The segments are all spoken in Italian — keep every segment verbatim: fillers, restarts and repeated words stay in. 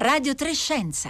Radio tre Scienza.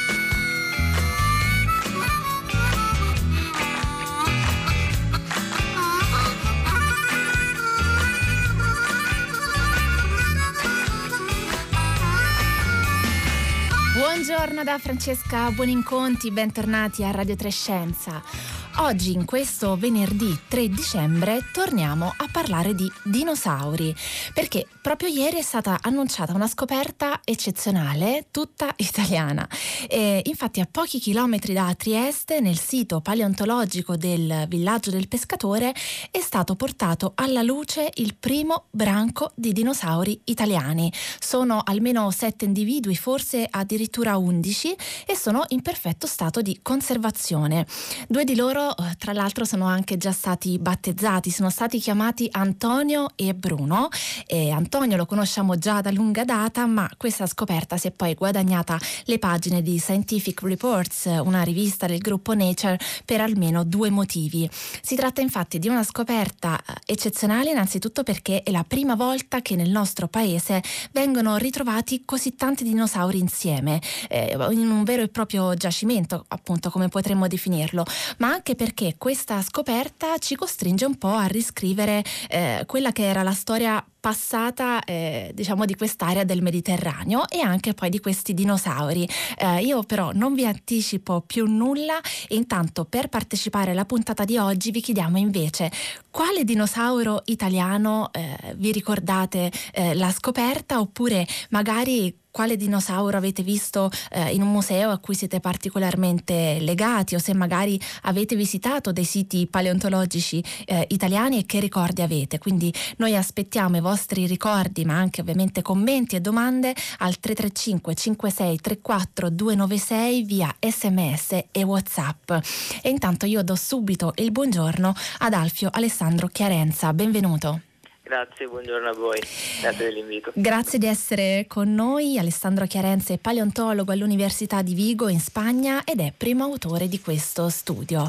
Buongiorno da Francesca Buoninconti, bentornati a Radio tre Scienza. Oggi, in questo venerdì tre dicembre, torniamo a parlare di dinosauri, perché proprio ieri è stata annunciata una scoperta eccezionale, tutta italiana. E infatti, a pochi chilometri da Trieste, nel sito paleontologico del Villaggio del Pescatore, è stato portato alla luce il primo branco di dinosauri italiani. Sono almeno sette individui, forse addirittura undici, e sono in perfetto stato di conservazione. Due di loro, tra l'altro, sono anche già stati battezzati, sono stati chiamati Antonio e Bruno. E Antonio lo conosciamo già da lunga data, ma questa scoperta si è poi guadagnata le pagine di Scientific Reports, una rivista del gruppo Nature, per almeno due motivi. Si tratta infatti di una scoperta eccezionale, innanzitutto perché è la prima volta che nel nostro paese vengono ritrovati così tanti dinosauri insieme, eh, in un vero e proprio giacimento, appunto, come potremmo definirlo, ma anche perché questa scoperta ci costringe un po' a riscrivere eh, quella che era la storia passata, eh, diciamo, di quest'area del Mediterraneo e anche poi di questi dinosauri. Eh, io però non vi anticipo più nulla e intanto, per partecipare alla puntata di oggi, vi chiediamo invece quale dinosauro italiano eh, vi ricordate eh, la scoperta, oppure magari quale dinosauro avete visto eh, in un museo a cui siete particolarmente legati, o se magari avete visitato dei siti paleontologici eh, italiani e che ricordi avete. Quindi noi aspettiamo i vostri ricordi, ma anche ovviamente commenti e domande al tre tre cinque cinque sei tre quattro due nove sei via sms e WhatsApp. E intanto io do subito il buongiorno ad Alfio Alessandro Chiarenza. Benvenuto. Grazie, buongiorno a voi, grazie dell'invito. Grazie di essere con noi. Alessandro Chiarenza è paleontologo all'Università di Vigo in Spagna ed è primo autore di questo studio.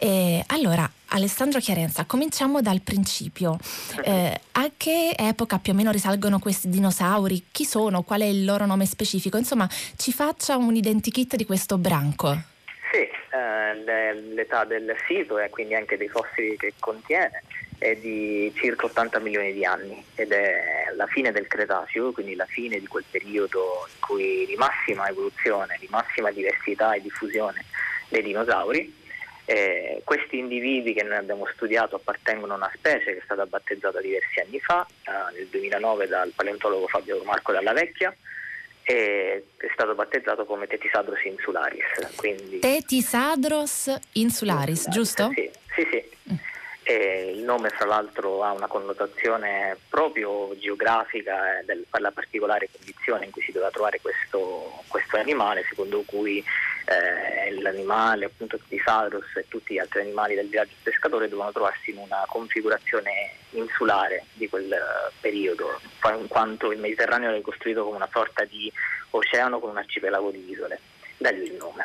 E allora, Alessandro Chiarenza, cominciamo dal principio. Eh, a che epoca più o meno risalgono questi dinosauri? Chi sono? Qual è il loro nome specifico? Insomma, ci faccia un identikit di questo branco. Sì, eh, l'età del sito e quindi anche dei fossili che contiene è di circa ottanta milioni di anni ed è la fine del Cretaceo, quindi la fine di quel periodo in cui di massima evoluzione, di massima diversità e diffusione dei dinosauri. Eh, questi individui che noi abbiamo studiato appartengono a una specie che è stata battezzata diversi anni fa, eh, nel duemilanove, dal paleontologo Fabio Marco Dalla Vecchia, e è stato battezzato come Tetisadros insularis. Quindi Tetisadros insularis, insularis, giusto? Sì, sì, sì. Mm. E il nome, fra l'altro, ha una connotazione proprio geografica eh, del, per la particolare condizione in cui si doveva trovare questo, questo animale, secondo cui eh, l'animale, appunto Tetisadros, e tutti gli altri animali del villaggio del pescatore dovevano trovarsi in una configurazione insulare di quel uh, periodo, in quanto il Mediterraneo era costruito come una sorta di oceano con un arcipelago di isole, da lì il nome.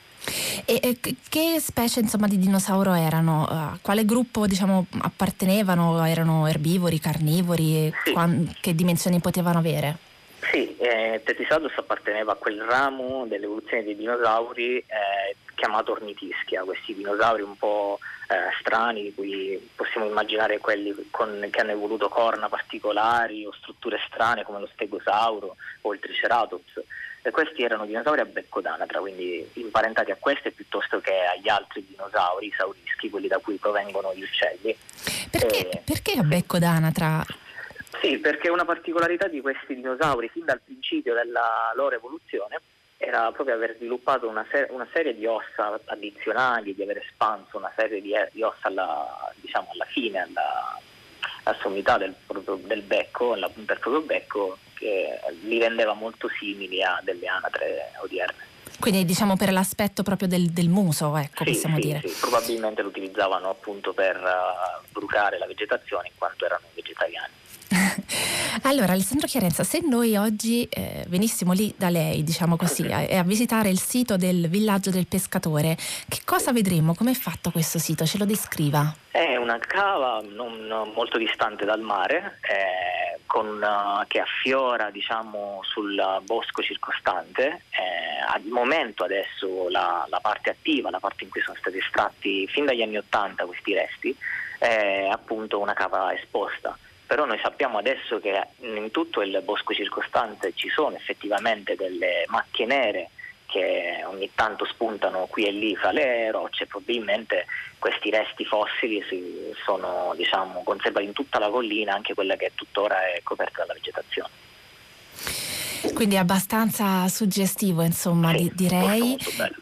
E, e che specie, insomma, di dinosauro erano? A quale gruppo, diciamo, appartenevano? Erano erbivori, carnivori? Sì. Quant- che dimensioni potevano avere? Sì, eh, Tetisadros apparteneva a quel ramo dell'evoluzione dei dinosauri eh, chiamato Ornithischia, questi dinosauri un po' eh, strani, di cui possiamo immaginare quelli con, che hanno evoluto corna particolari o strutture strane come lo stegosauro o il triceratops. E questi erano dinosauri a becco d'anatra, quindi imparentati a queste piuttosto che agli altri dinosauri, i saurischi, quelli da cui provengono gli uccelli. Perché, e, perché a becco d'anatra? Sì, perché una particolarità di questi dinosauri fin dal principio della loro evoluzione era proprio aver sviluppato una, ser- una serie di ossa addizionali, di aver espanso una serie di, di ossa alla, diciamo, alla fine, alla, alla sommità del, proprio, del becco, alla punta del proprio becco, che li rendeva molto simili a delle anatre odierne. Quindi, diciamo, per l'aspetto proprio del, del muso, ecco, sì, possiamo sì, dire. Sì, probabilmente lo utilizzavano appunto per uh, brucare la vegetazione, in quanto erano vegetariani. Allora, Alessandro Chiarenza, se noi oggi eh, venissimo lì da lei, diciamo così, a, a visitare il sito del Villaggio del Pescatore, che cosa vedremmo? Com'è fatto questo sito? Ce lo descriva? È una cava non molto distante dal mare, eh, con una, che affiora, diciamo, sul bosco circostante. Eh, al momento adesso la, la parte attiva, la parte in cui sono stati estratti fin dagli anni Ottanta questi resti, è appunto una cava esposta. Però noi sappiamo adesso che in tutto il bosco circostante ci sono effettivamente delle macchie nere che ogni tanto spuntano qui e lì fra le rocce. Probabilmente questi resti fossili si sono, diciamo, conservati in tutta la collina, anche quella che tuttora è coperta dalla vegetazione. Quindi è abbastanza suggestivo, insomma, sì, di, direi. Molto bello.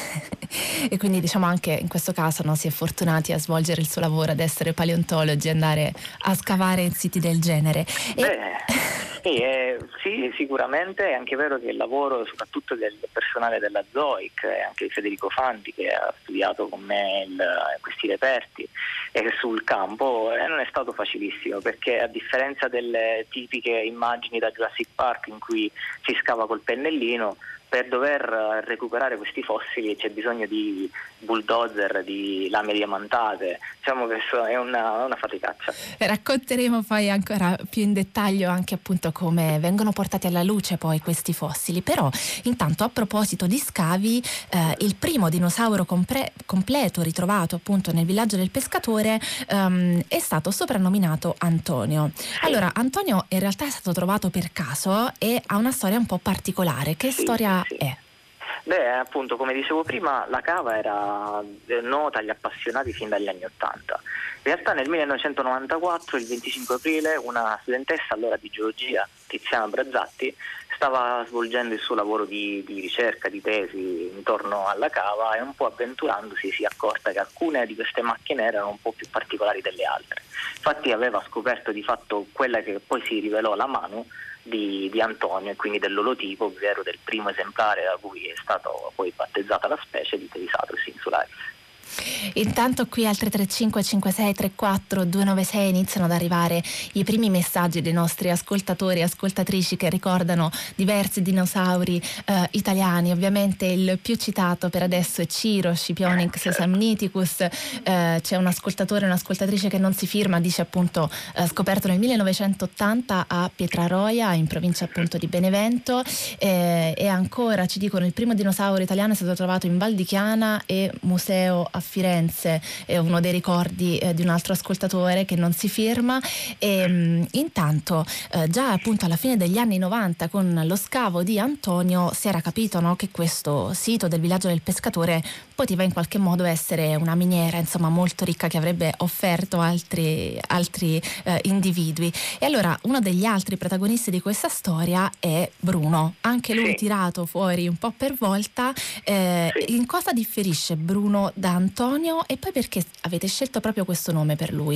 E quindi, diciamo, anche in questo caso, no, si è fortunati a svolgere il suo lavoro, ad essere paleontologi, andare a scavare in siti del genere. Beh, e... sì, eh, sì, sicuramente è anche vero che il lavoro soprattutto del personale della Zoic e anche di Federico Fanti, che ha studiato con me il, questi reperti e sul campo, eh, non è stato facilissimo, perché a differenza delle tipiche immagini da Jurassic Park in cui si scava col pennellino, per dover recuperare questi fossili c'è bisogno di bulldozer, di lame diamantate. Diciamo che è una, una faticaccia. Racconteremo poi ancora più in dettaglio anche appunto come vengono portati alla luce poi questi fossili. Però intanto, a proposito di scavi, eh, il primo dinosauro compre- completo ritrovato appunto nel Villaggio del Pescatore ehm, è stato soprannominato Antonio. Allora, Antonio in realtà è stato trovato per caso e ha una storia un po' particolare. Che Sì. storia Sì. è? Beh, appunto, come dicevo prima, la cava era nota agli appassionati fin dagli anni Ottanta. In realtà nel millenovecentonovantaquattro, il venticinque aprile, una studentessa allora di geologia, Tiziana Brazzatti, stava svolgendo il suo lavoro di, di ricerca, di tesi intorno alla cava, e un po' avventurandosi si è accorta che alcune di queste macchie nere erano un po' più particolari delle altre. Infatti aveva scoperto di fatto quella che poi si rivelò la mano Di, di Antonio, e quindi dell'olotipo, ovvero del primo esemplare da cui è stato poi battezzata la specie di Terisatros insularis. Intanto qui al tre tre cinque cinque sei tre quattro due nove sei iniziano ad arrivare i primi messaggi dei nostri ascoltatori e ascoltatrici che ricordano diversi dinosauri eh, italiani. Ovviamente il più citato per adesso è Ciro, Scipionix certo. samniticus. Eh, c'è un ascoltatore e un'ascoltatrice che non si firma, dice appunto eh, scoperto nel millenovecentottanta a Pietraroia, in provincia appunto di Benevento. Eh, e ancora ci dicono: il primo dinosauro italiano è stato trovato in Val di Chiana e museo a Firenze. È uno dei ricordi eh, di un altro ascoltatore che non si firma. E mh, intanto eh, già appunto alla fine degli anni novanta, con lo scavo di Antonio, si era capito, no, che questo sito del Villaggio del Pescatore poteva in qualche modo essere una miniera, insomma, molto ricca, che avrebbe offerto altri, altri eh, individui. E allora uno degli altri protagonisti di questa storia è Bruno, anche lui Sì. tirato fuori un po' per volta. Eh, Sì. In cosa differisce Bruno da Antonio, e poi perché avete scelto proprio questo nome per lui?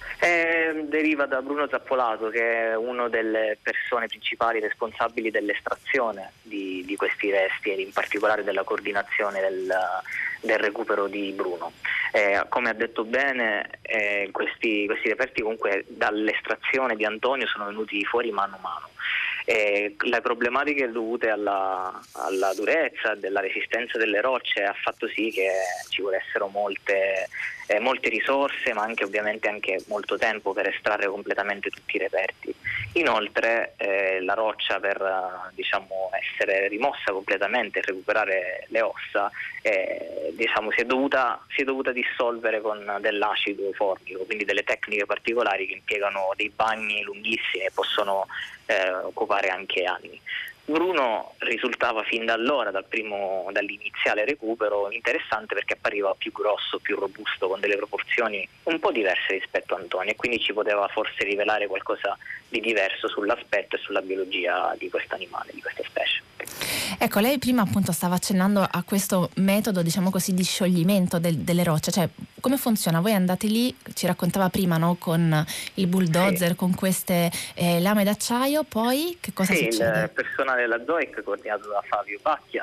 Eh, deriva da Bruno Zappolato, che è una delle persone principali responsabili dell'estrazione di, di questi resti, e in particolare della coordinazione del, del recupero di Bruno. Eh, come ha detto bene, eh, questi, questi reperti comunque dall'estrazione di Antonio sono venuti fuori mano a mano. Eh, le problematiche dovute alla, alla durezza della resistenza delle rocce ha fatto sì che ci volessero molte, eh, molte risorse, ma anche ovviamente anche molto tempo per estrarre completamente tutti i reperti. Inoltre eh, la roccia, per uh, diciamo essere rimossa completamente e recuperare le ossa, eh, diciamo si è dovuta si è dovuta dissolvere con dell'acido formico, quindi delle tecniche particolari che impiegano dei bagni lunghissimi e possono eh, occupare anche anni. Bruno risultava fin da allora, dal primo, dall'iniziale recupero, interessante perché appariva più grosso, più robusto, con delle proporzioni un po' diverse rispetto a Antonio, e quindi ci poteva forse rivelare qualcosa di diverso sull'aspetto e sulla biologia di questo animale, di questa specie. Ecco, lei prima appunto stava accennando a questo metodo, diciamo così, di scioglimento del, delle rocce, cioè come funziona? Voi andate lì, ci raccontava prima, no, con il bulldozer, sì, con queste eh, lame d'acciaio, poi che cosa sì, succede? Il personale della Zoic, coordinato da Fabio Pacchia,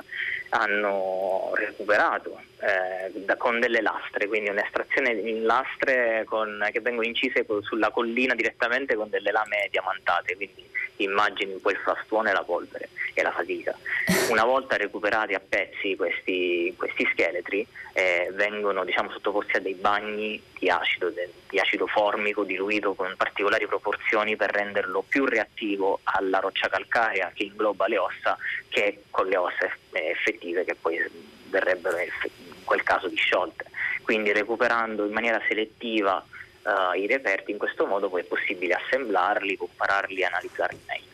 hanno recuperato eh, da, con delle lastre, quindi un'estrazione in lastre con, che vengono incise sulla collina direttamente con delle lame diamantate, quindi immagini un po' il frastuono e la polvere e la fatica. Una volta recuperati a pezzi questi, questi scheletri eh, vengono diciamo sottoposti a dei bagni di acido, de, di acido formico diluito con particolari proporzioni per renderlo più reattivo alla roccia calcarea che ingloba le ossa, che con le ossa effettive che poi verrebbero in quel caso disciolte. Quindi recuperando in maniera selettiva uh, i reperti, in questo modo poi è possibile assemblarli, compararli e analizzarli meglio.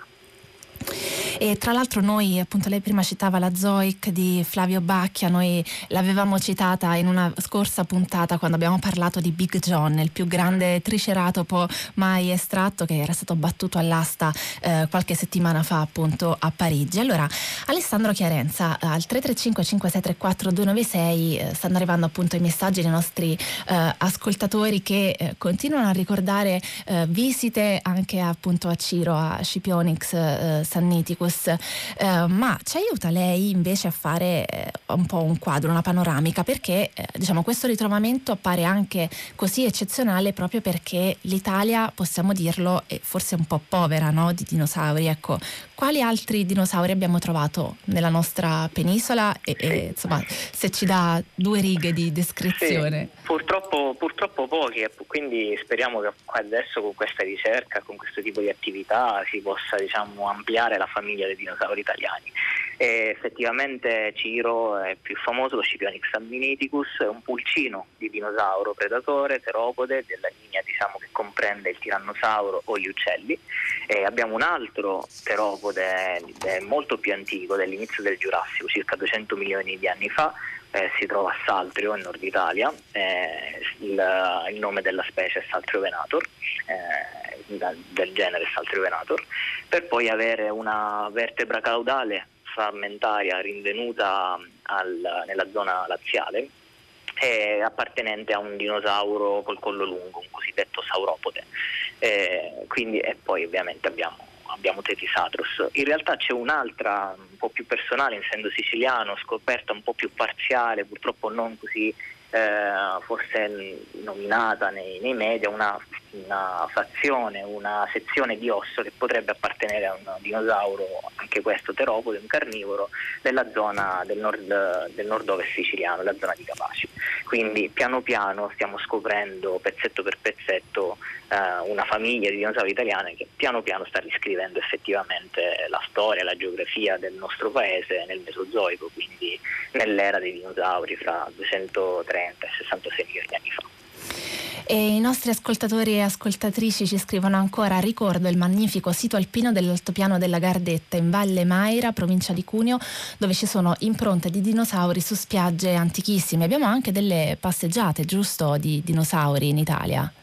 E tra l'altro noi, appunto, lei prima citava la Zoic di Flavio Bacchia, noi l'avevamo citata in una scorsa puntata quando abbiamo parlato di Big John, il più grande triceratopo mai estratto, che era stato battuto all'asta eh, qualche settimana fa appunto a Parigi. Allora, Alessandro Chiarenza, al tre tre cinque cinque sei tre quattro due nove sei eh, stanno arrivando appunto i messaggi dei nostri eh, ascoltatori che eh, continuano a ricordare eh, visite anche appunto a Ciro, a Scipionix eh, Sanniticus, eh, ma ci aiuta lei invece a fare eh, un po' un quadro, una panoramica, perché eh, diciamo questo ritrovamento appare anche così eccezionale proprio perché l'Italia, possiamo dirlo, è forse un po' povera, no, di dinosauri. Ecco, quali altri dinosauri abbiamo trovato nella nostra penisola e, sì. e insomma, se ci dà due righe di descrizione. Sì, purtroppo, purtroppo pochi, quindi speriamo che adesso con questa ricerca, con questo tipo di attività si possa diciamo ampliare la famiglia dei dinosauri italiani. E effettivamente Ciro è più famoso, lo Scipionix Sanniticus, è un pulcino di dinosauro predatore, teropode, della linea diciamo che comprende il tirannosauro o gli uccelli. E abbiamo un altro teropode eh, molto più antico, dell'inizio del Giurassico, circa duecento milioni di anni fa. Eh, si trova a Saltrio, in Nord Italia, eh, il, il nome della specie è Saltrio venator, eh, da, del genere Saltrio venator, per poi avere una vertebra caudale frammentaria rinvenuta al, nella zona laziale, eh, appartenente a un dinosauro col collo lungo, un cosiddetto sauropode. Eh, quindi, e poi ovviamente abbiamo abbiamo Tetisatros. In realtà c'è un'altra un po' più personale, in essendo siciliano, scoperta un po' più parziale, purtroppo non così eh, forse nominata nei, nei media, una, una frazione, una sezione di osso che potrebbe appartenere a un dinosauro, anche questo teropode, un carnivoro, della zona del nord del nord-ovest siciliano, la zona di Capaci. Quindi piano piano stiamo scoprendo pezzetto per pezzetto eh, una famiglia di dinosauri italiane che piano piano sta riscrivendo effettivamente la storia, la geografia del nostro paese nel Mesozoico, quindi nell'era dei dinosauri fra duecentotrenta e sessantasei milioni di anni fa. E i nostri ascoltatori e ascoltatrici ci scrivono ancora: ricordo il magnifico sito alpino dell'altopiano della Gardetta in Valle Maira, provincia di Cuneo, dove ci sono impronte di dinosauri su spiagge antichissime. Abbiamo anche delle passeggiate, giusto, di dinosauri in Italia.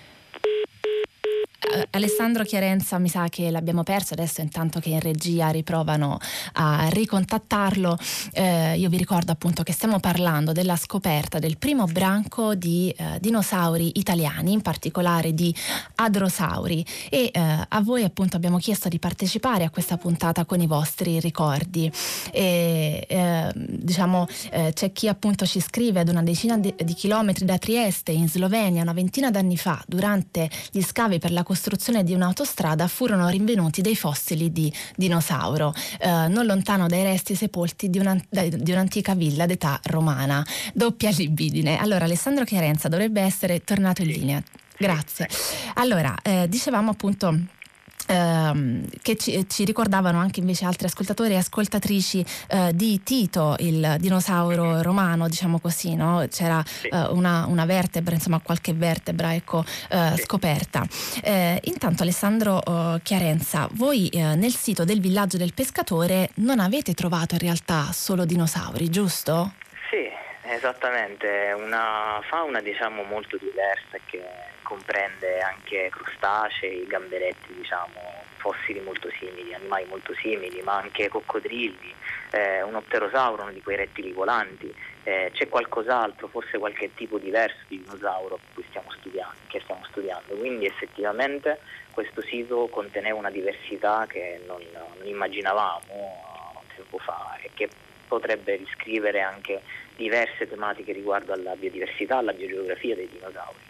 Alessandro Chiarenza mi sa che l'abbiamo perso adesso, intanto che in regia riprovano a ricontattarlo. Eh, io vi ricordo appunto che stiamo parlando della scoperta del primo branco di eh, dinosauri italiani, in particolare di adrosauri, e eh, a voi appunto abbiamo chiesto di partecipare a questa puntata con i vostri ricordi. E, eh, diciamo eh, c'è chi appunto ci scrive: ad una decina di, di chilometri da Trieste, in Slovenia, una ventina d'anni fa, durante gli scavi per la costruzione di un'autostrada, furono rinvenuti dei fossili di dinosauro eh, non lontano dai resti sepolti di, una, di un'antica villa d'età romana. Doppia libidine. Allora, Alessandro Chiarenza dovrebbe essere tornato in linea. Grazie. Allora, eh, dicevamo appunto Ehm, che ci, ci ricordavano anche invece altri ascoltatori e ascoltatrici eh, di Tito, il dinosauro romano, diciamo così, no? C'era Sì. eh, una, una vertebra, insomma qualche vertebra, ecco, eh, Sì. scoperta. Eh, intanto Alessandro eh, Chiarenza, voi eh, nel sito del villaggio del pescatore non avete trovato in realtà solo dinosauri, giusto? Sì, esattamente, è una fauna diciamo molto diversa che comprende anche crostacei, gamberetti, diciamo fossili molto simili, animali molto simili, ma anche coccodrilli, eh, un pterosauro, uno di quei rettili volanti. Eh, c'è qualcos'altro, forse qualche tipo diverso di dinosauro che stiamo studiando, che stiamo studiando. Quindi effettivamente questo sito conteneva una diversità che non, non immaginavamo tempo fa e che potrebbe riscrivere anche diverse tematiche riguardo alla biodiversità, alla biogeografia dei dinosauri,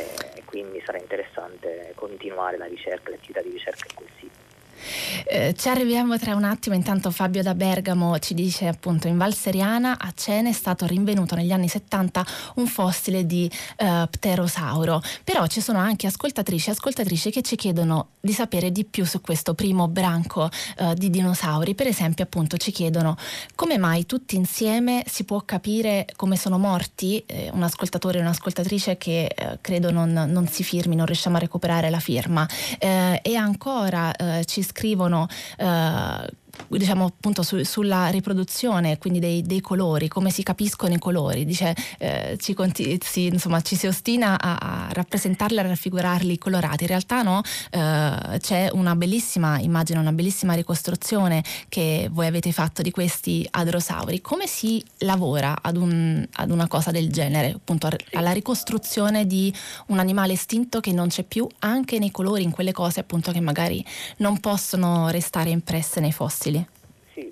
e quindi sarà interessante continuare la ricerca, l'attività di ricerca in quel sito. Eh, ci arriviamo tra un attimo. Intanto Fabio da Bergamo ci dice appunto: in Val Seriana a Cene è stato rinvenuto negli anni settanta un fossile di eh, pterosauro. Però ci sono anche ascoltatrici e ascoltatrici che ci chiedono di sapere di più su questo primo branco eh, di dinosauri. Per esempio appunto ci chiedono come mai tutti insieme si può capire come sono morti. Eh, un ascoltatore e un'ascoltatrice che eh, credo non, non si firmi, non riusciamo a recuperare la firma. Eh, e ancora eh, ci scrivono eh, diciamo appunto su, sulla riproduzione, quindi dei, dei colori, come si capiscono i colori. Dice eh, ci, conti- si, insomma, ci si ostina a, a rappresentarli, a raffigurarli colorati. In realtà no, eh, c'è una bellissima immagine, una bellissima ricostruzione che voi avete fatto di questi adrosauri. Come si lavora ad, un, ad una cosa del genere, appunto alla ricostruzione di un animale estinto che non c'è più, anche nei colori, in quelle cose appunto che magari non possono restare impresse nei fossili? Sì,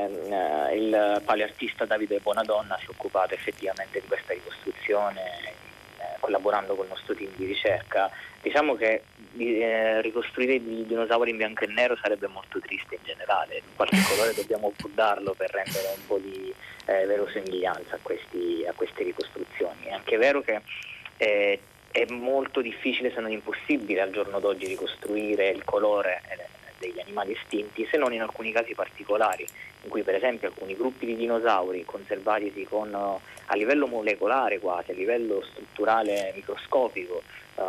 beh, il paleartista Davide Bonadonna si è occupato effettivamente di questa ricostruzione, eh, collaborando con il nostro team di ricerca. Diciamo che eh, ricostruire i dinosauri in bianco e nero sarebbe molto triste in generale, in qualche colore dobbiamo pur darlo per rendere un po' di eh, verosimiglianza a, questi, a queste ricostruzioni. È anche vero che eh, è molto difficile, se non impossibile, al giorno d'oggi ricostruire il colore eh, degli animali estinti, se non in alcuni casi particolari, in cui per esempio alcuni gruppi di dinosauri conservatisi con, uh, a livello molecolare quasi, a livello strutturale microscopico, uh,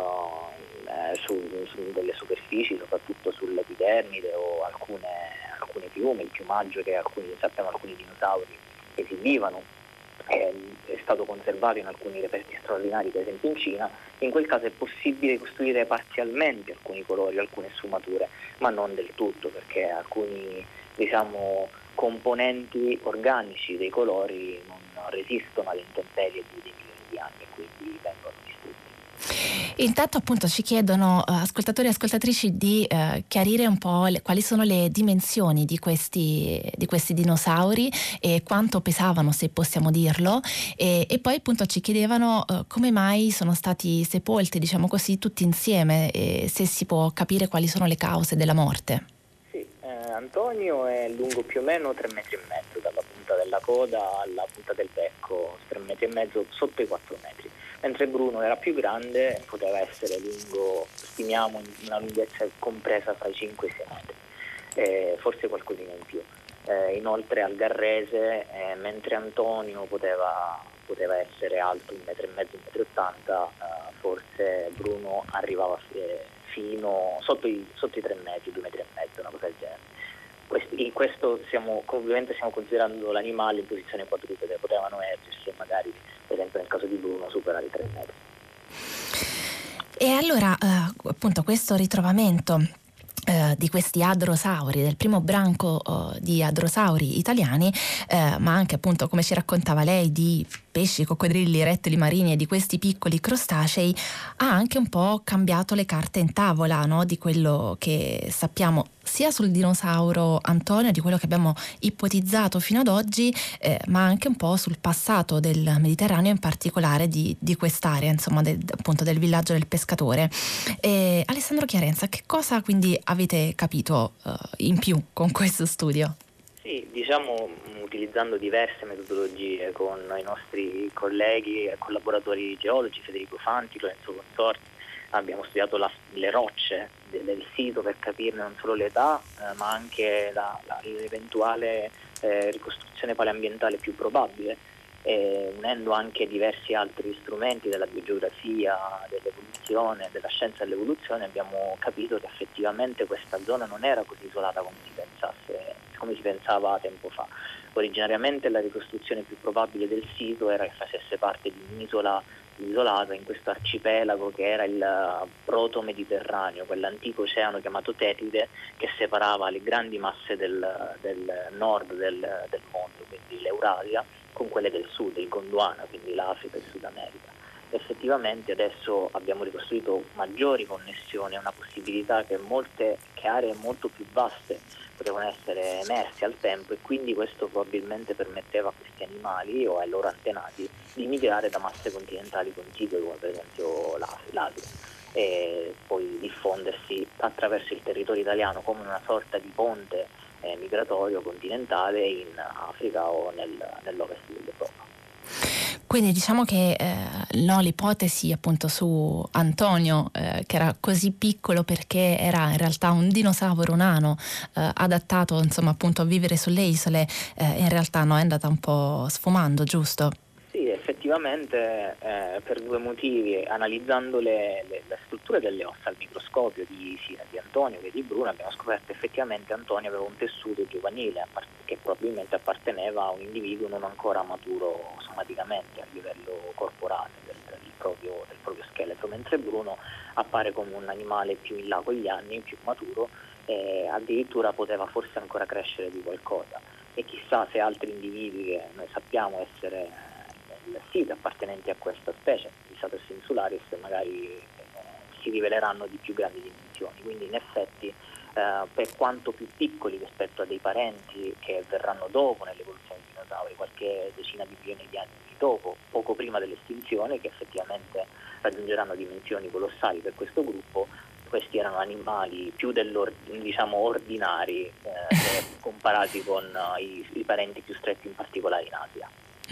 eh, su, su delle superfici, soprattutto sull'epidermide o alcune, alcune piume, il piumaggio che alcuni, sappiamo alcuni dinosauri esibivano, è, è stato conservato in alcuni reperti straordinari, per esempio in Cina. In quel caso è possibile costruire parzialmente alcuni colori, alcune sfumature, ma non del tutto, perché alcuni, diciamo, componenti organici dei colori non resistono alle intemperie di dei milioni di anni e quindi vengono distrutti. Intanto appunto ci chiedono uh, ascoltatori e ascoltatrici di uh, chiarire un po' le, quali sono le dimensioni di questi, di questi dinosauri e quanto pesavano, se possiamo dirlo, e, e poi appunto ci chiedevano uh, come mai sono stati sepolti, diciamo così, tutti insieme, e se si può capire quali sono le cause della morte. Sì, eh, Antonio è lungo più o meno tre metri e mezzo, dalla punta della coda alla punta del becco, tre metri e mezzo sotto i quattro metri. Mentre Bruno era più grande, poteva essere lungo, stimiamo una lunghezza compresa fra i cinque e i sei metri, eh, forse qualcosina in più. Eh, inoltre al Garrese, eh, mentre Antonio poteva, poteva essere alto un metro e mezzo, un metro e ottanta, eh, forse Bruno arrivava eh, fino sotto i, sotto i tre metri, due metri e mezzo, una cosa del genere. In questo stiamo, ovviamente stiamo considerando l'animale in posizione quadrupede, potevano ergersi e magari, per esempio nel caso di Bruno, superare i tre metri. E allora eh, appunto questo ritrovamento eh, di questi adrosauri, del primo branco eh, di adrosauri italiani, eh, ma anche appunto, come ci raccontava lei, di pesci, coccodrilli, rettili marini e di questi piccoli crostacei, ha anche un po' cambiato le carte in tavola, no? Di quello che sappiamo sia sul dinosauro Antonio, di quello che abbiamo ipotizzato fino ad oggi, eh, ma anche un po' sul passato del Mediterraneo, in particolare di, di quest'area, insomma, del, appunto del villaggio del pescatore. Eh, Alessandro Chiarenza, che cosa quindi avete capito uh, in più con questo studio? Sì, diciamo utilizzando diverse metodologie con i nostri colleghi e collaboratori geologi, Federico Fanti, Lorenzo Consorti, abbiamo studiato la, le rocce de, del sito per capirne non solo l'età, eh, ma anche la, la, l'eventuale eh, ricostruzione paleambientale più probabile, eh, unendo anche diversi altri strumenti della biogeografia, dell'evoluzione, della scienza dell'evoluzione. Abbiamo capito che effettivamente questa zona non era così isolata come si pensasse, come si pensava tempo fa. Originariamente la ricostruzione più probabile del sito era che facesse parte di un'isola isolata in questo arcipelago che era il proto-mediterraneo, quell'antico oceano chiamato Tetride che separava le grandi masse del, del nord del, del mondo, quindi l'Eurasia, con quelle del sud, il Gondwana, quindi l'Africa e il Sud America. effettivamente adesso abbiamo ricostruito maggiori connessioni, una possibilità che molte che aree molto più vaste potevano essere emerse al tempo, e quindi questo probabilmente permetteva a questi animali o ai loro antenati di migrare da masse continentali contigue come per esempio l'Asia e poi diffondersi attraverso il territorio italiano come una sorta di ponte eh, migratorio continentale in Africa o nel, nell'ovest dell'Europa. Quindi diciamo che eh, no, l'ipotesi appunto su Antonio, eh, che era così piccolo perché era in realtà un dinosauro nano eh, adattato insomma appunto a vivere sulle isole, eh, in realtà no, è andata un po' sfumando, giusto? Sì, effettivamente eh, per due motivi. Analizzando le, le, le strutture delle ossa al microscopio di, sia di Antonio che di Bruno, abbiamo scoperto che effettivamente Antonio aveva un tessuto giovanile che probabilmente apparteneva a un individuo non ancora maturo somaticamente a livello corporale del, del, proprio, del proprio scheletro, mentre Bruno appare come un animale più in là con gli anni, più maturo, e addirittura poteva forse ancora crescere di qualcosa. E chissà se altri individui che noi sappiamo essere siti appartenenti a questa specie di Satus insularis magari eh, si riveleranno di più grandi dimensioni. Quindi in effetti eh, per quanto più piccoli rispetto a dei parenti che verranno dopo nell'evoluzione dei dinosauri, qualche decina di milioni di anni dopo, poco prima dell'estinzione, che effettivamente raggiungeranno dimensioni colossali per questo gruppo, questi erano animali più diciamo ordinari eh, comparati con uh, i, i parenti più stretti, in particolare in Asia.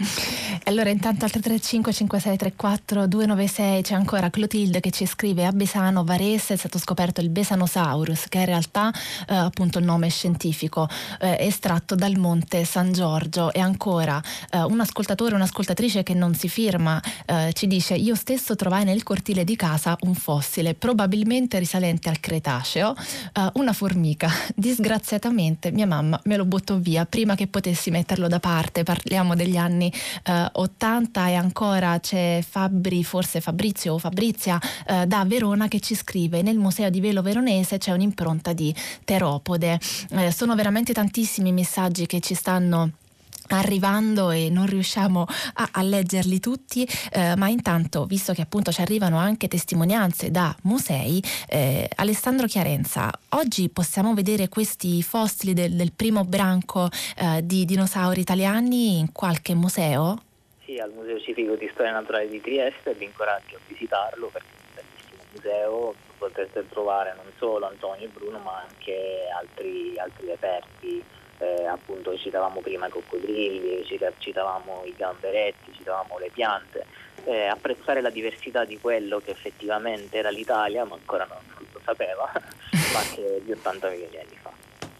Allora intanto al tre tre cinque cinque sei tre quattro due nove sei c'è ancora Clotilde che ci scrive: a Besano, Varese, è stato scoperto il Besanosaurus, che è in realtà eh, appunto il nome scientifico eh, estratto dal monte San Giorgio. E ancora eh, un ascoltatore, un'ascoltatrice che non si firma eh, ci dice: io stesso trovai nel cortile di casa un fossile probabilmente risalente al Cretaceo, eh, una formica. Disgraziatamente mia mamma me lo buttò via prima che potessi metterlo da parte. Parliamo degli anni Uh, ottanta. E ancora c'è Fabri, forse Fabrizio o Fabrizia uh, da Verona, che ci scrive: nel museo di Velo Veronese c'è un'impronta di teropode. Uh, sono veramente tantissimi messaggi che ci stanno arrivando e non riusciamo a, a leggerli tutti, eh, ma intanto, visto che appunto ci arrivano anche testimonianze da musei, eh, Alessandro Chiarenza, oggi possiamo vedere questi fossili del, del primo branco eh, di dinosauri italiani in qualche museo? Sì, al Museo Civico di Storia Naturale di Trieste, vi incoraggio a visitarlo perché è un bellissimo museo, potrete trovare non solo Antonio e Bruno ma anche altri, altri reperti. Eh, appunto citavamo prima i coccodrilli, citavamo i gamberetti, citavamo le piante, eh, apprezzare la diversità di quello che effettivamente era l'Italia, ma ancora non, non lo sapeva, ma che di ottanta milioni di anni fa.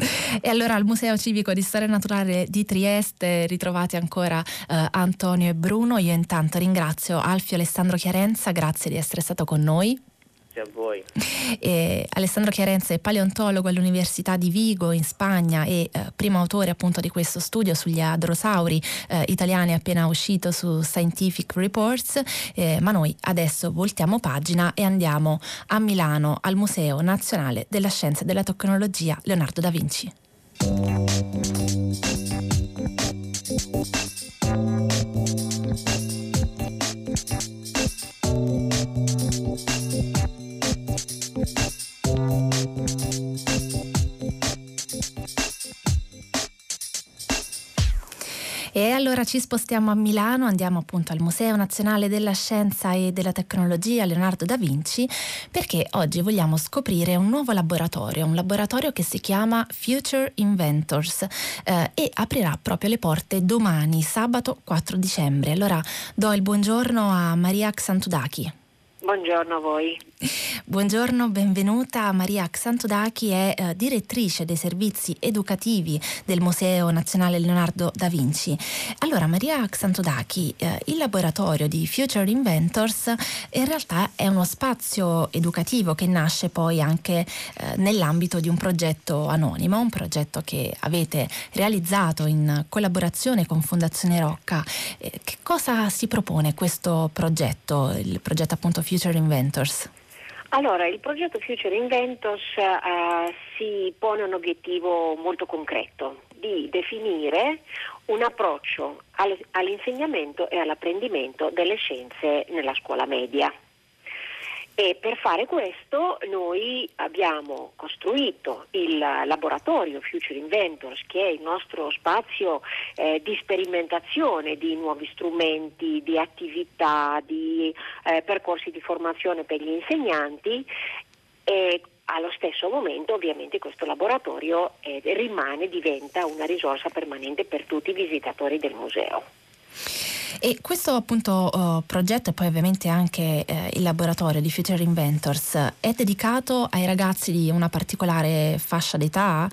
E allora al Museo Civico di Storia Naturale di Trieste ritrovate ancora eh, Antonio e Bruno. Io intanto ringrazio Alfio Alessandro Chiarenza, grazie di essere stato con noi. A voi. E Alessandro Chiarenza è paleontologo all'Università di Vigo in Spagna e eh, primo autore appunto di questo studio sugli adrosauri eh, italiani appena uscito su Scientific Reports, eh, ma noi adesso voltiamo pagina e andiamo a Milano al Museo Nazionale della Scienza e della Tecnologia Leonardo da Vinci. E allora ci spostiamo a Milano, andiamo appunto al Museo Nazionale della Scienza e della Tecnologia Leonardo da Vinci, perché oggi vogliamo scoprire un nuovo laboratorio, un laboratorio che si chiama Future Inventors eh, e aprirà proprio le porte domani, sabato quattro dicembre. Allora do il buongiorno a Maria Xantudaki. Buongiorno a voi. Buongiorno, benvenuta. Maria Xantudaki è eh, direttrice dei servizi educativi del Museo Nazionale Leonardo da Vinci. Allora, Maria Xantudaki, eh, il laboratorio di Future Inventors in realtà è uno spazio educativo che nasce poi anche eh, nell'ambito di un progetto anonimo, un progetto che avete realizzato in collaborazione con Fondazione Rocca. Eh, che cosa si propone questo progetto, il progetto appunto Future Inventors? Allora, il progetto Future Inventors uh, si pone un obiettivo molto concreto, di definire un approccio al, all'insegnamento e all'apprendimento delle scienze nella scuola media. E per fare questo noi abbiamo costruito il laboratorio Future Inventors, che è il nostro spazio eh, di sperimentazione di nuovi strumenti, di attività, di eh, percorsi di formazione per gli insegnanti, e allo stesso momento ovviamente questo laboratorio eh, rimane, diventa una risorsa permanente per tutti i visitatori del museo. E questo appunto uh, progetto, e poi ovviamente anche eh, il laboratorio di Future Inventors, è dedicato ai ragazzi di una particolare fascia d'età?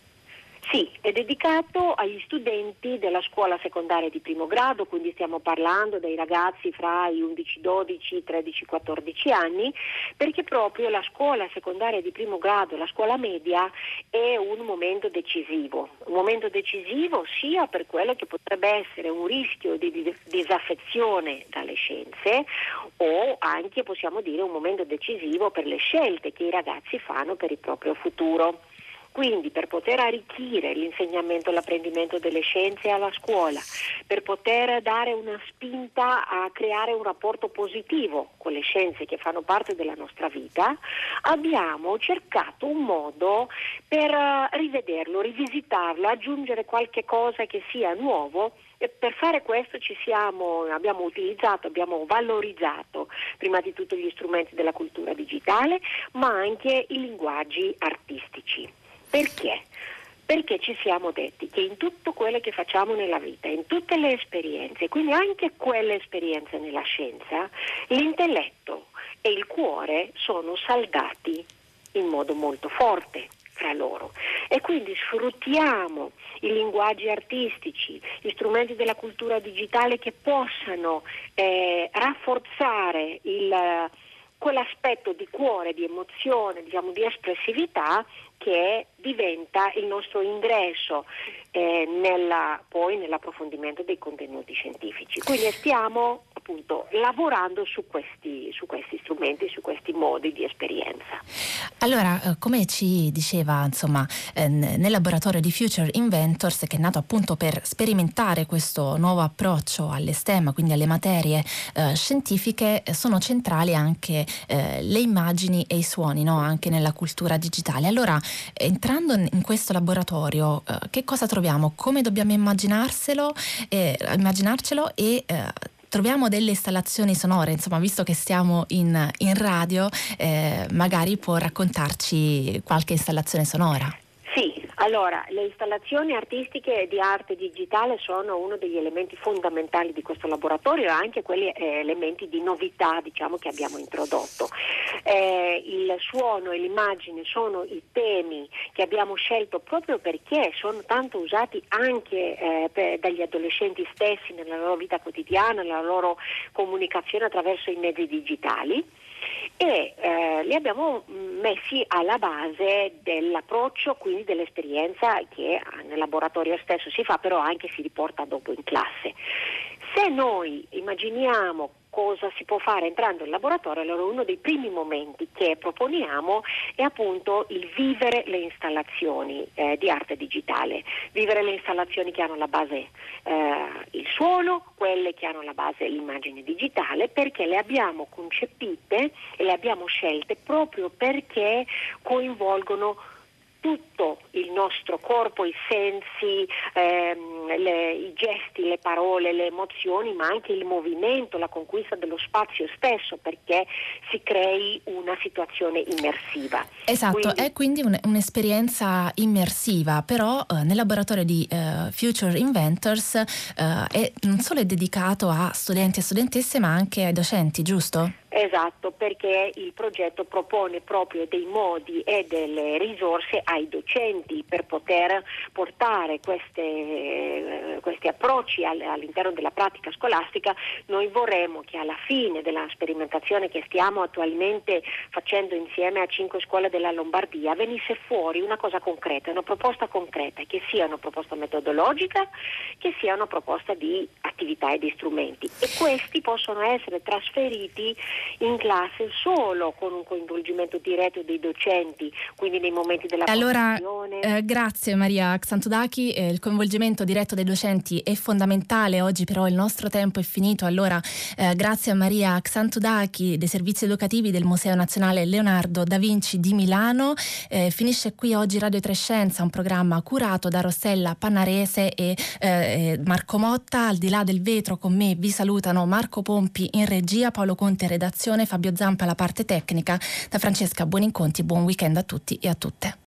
Sì, è dedicato agli studenti della scuola secondaria di primo grado, quindi stiamo parlando dei ragazzi fra i undici, dodici, tredici, quattordici anni, perché proprio la scuola secondaria di primo grado, la scuola media, è un momento decisivo, un momento decisivo sia per quello che potrebbe essere un rischio di disaffezione dalle scienze, o anche, possiamo dire, un momento decisivo per le scelte che i ragazzi fanno per il proprio futuro. Quindi per poter arricchire l'insegnamento e l'apprendimento delle scienze alla scuola, per poter dare una spinta a creare un rapporto positivo con le scienze che fanno parte della nostra vita, abbiamo cercato un modo per rivederlo, rivisitarlo, aggiungere qualche cosa che sia nuovo. E per fare questo ci siamo, abbiamo utilizzato, abbiamo valorizzato prima di tutto gli strumenti della cultura digitale, ma anche i linguaggi artistici. Perché? Perché ci siamo detti che in tutto quello che facciamo nella vita, in tutte le esperienze, quindi anche quelle esperienze nella scienza, l'intelletto e il cuore sono saldati in modo molto forte fra loro, e quindi sfruttiamo i linguaggi artistici, gli strumenti della cultura digitale che possano eh, rafforzare il quell'aspetto di cuore, di emozione, diciamo di espressività, che diventa il nostro ingresso eh, nella, poi nell'approfondimento dei contenuti scientifici. Quindi stiamo appunto lavorando su questi, su questi strumenti, su questi modi di esperienza. Allora, come ci diceva, insomma, eh, nel laboratorio di Future Inventors, che è nato appunto per sperimentare questo nuovo approccio alle STEM, quindi alle materie eh, scientifiche, sono centrali anche eh, le immagini e i suoni, no? Anche nella cultura digitale. Allora, entrando in questo laboratorio, eh, che cosa troviamo? Come dobbiamo immaginarselo, eh, immaginarcelo e eh, troviamo delle installazioni sonore, insomma, visto che stiamo in, in radio, eh, magari può raccontarci qualche installazione sonora. Sì, allora le installazioni artistiche di arte digitale sono uno degli elementi fondamentali di questo laboratorio, e anche quegli eh, elementi di novità, diciamo, che abbiamo introdotto. Eh, il suono e l'immagine sono i temi che abbiamo scelto proprio perché sono tanto usati anche eh, per, dagli adolescenti stessi nella loro vita quotidiana, nella loro comunicazione attraverso i mezzi digitali. E eh, li abbiamo messi alla base dell'approccio, quindi dell'esperienza che nel laboratorio stesso si fa, però anche si riporta dopo in classe. Se noi immaginiamo cosa si può fare entrando in laboratorio, allora uno dei primi momenti che proponiamo è appunto il vivere le installazioni eh, di arte digitale, vivere le installazioni che hanno alla base eh, il suono, quelle che hanno alla base l'immagine digitale, perché le abbiamo concepite e le abbiamo scelte proprio perché coinvolgono tutto il nostro corpo, i sensi, ehm, le, i gesti, le parole, le emozioni, ma anche il movimento, la conquista dello spazio stesso, perché si crei una situazione immersiva. Esatto, quindi, è quindi un, un'esperienza immersiva, però eh, nel laboratorio di eh, Future Inventors eh, è, non solo è dedicato a studenti e studentesse, ma anche ai docenti, giusto? Esatto, perché il progetto propone proprio dei modi e delle risorse ai docenti per poter portare queste, eh, questi approcci all'interno della pratica scolastica. Noi vorremmo che alla fine della sperimentazione che stiamo attualmente facendo insieme a cinque scuole della Lombardia venisse fuori una cosa concreta, una proposta concreta, che sia una proposta metodologica, che sia una proposta di attività e di strumenti, e questi possono essere trasferiti in classe solo con un coinvolgimento diretto dei docenti, quindi nei momenti della allora, formazione. Eh, grazie Maria Xantudachi, eh, il coinvolgimento diretto dei docenti è fondamentale, oggi però il nostro tempo è finito, allora eh, grazie a Maria Xantudachi dei servizi educativi del Museo Nazionale Leonardo da Vinci di Milano. Eh, finisce qui oggi Radio Trescenza, un programma curato da Rossella Pannarese e eh, Marco Motta. Al di là del vetro con me vi salutano Marco Pompi in regia, Paolo Conte in redazione, Fabio Zampa alla parte tecnica. Da Francesca Buoninconti, buon weekend a tutti e a tutte.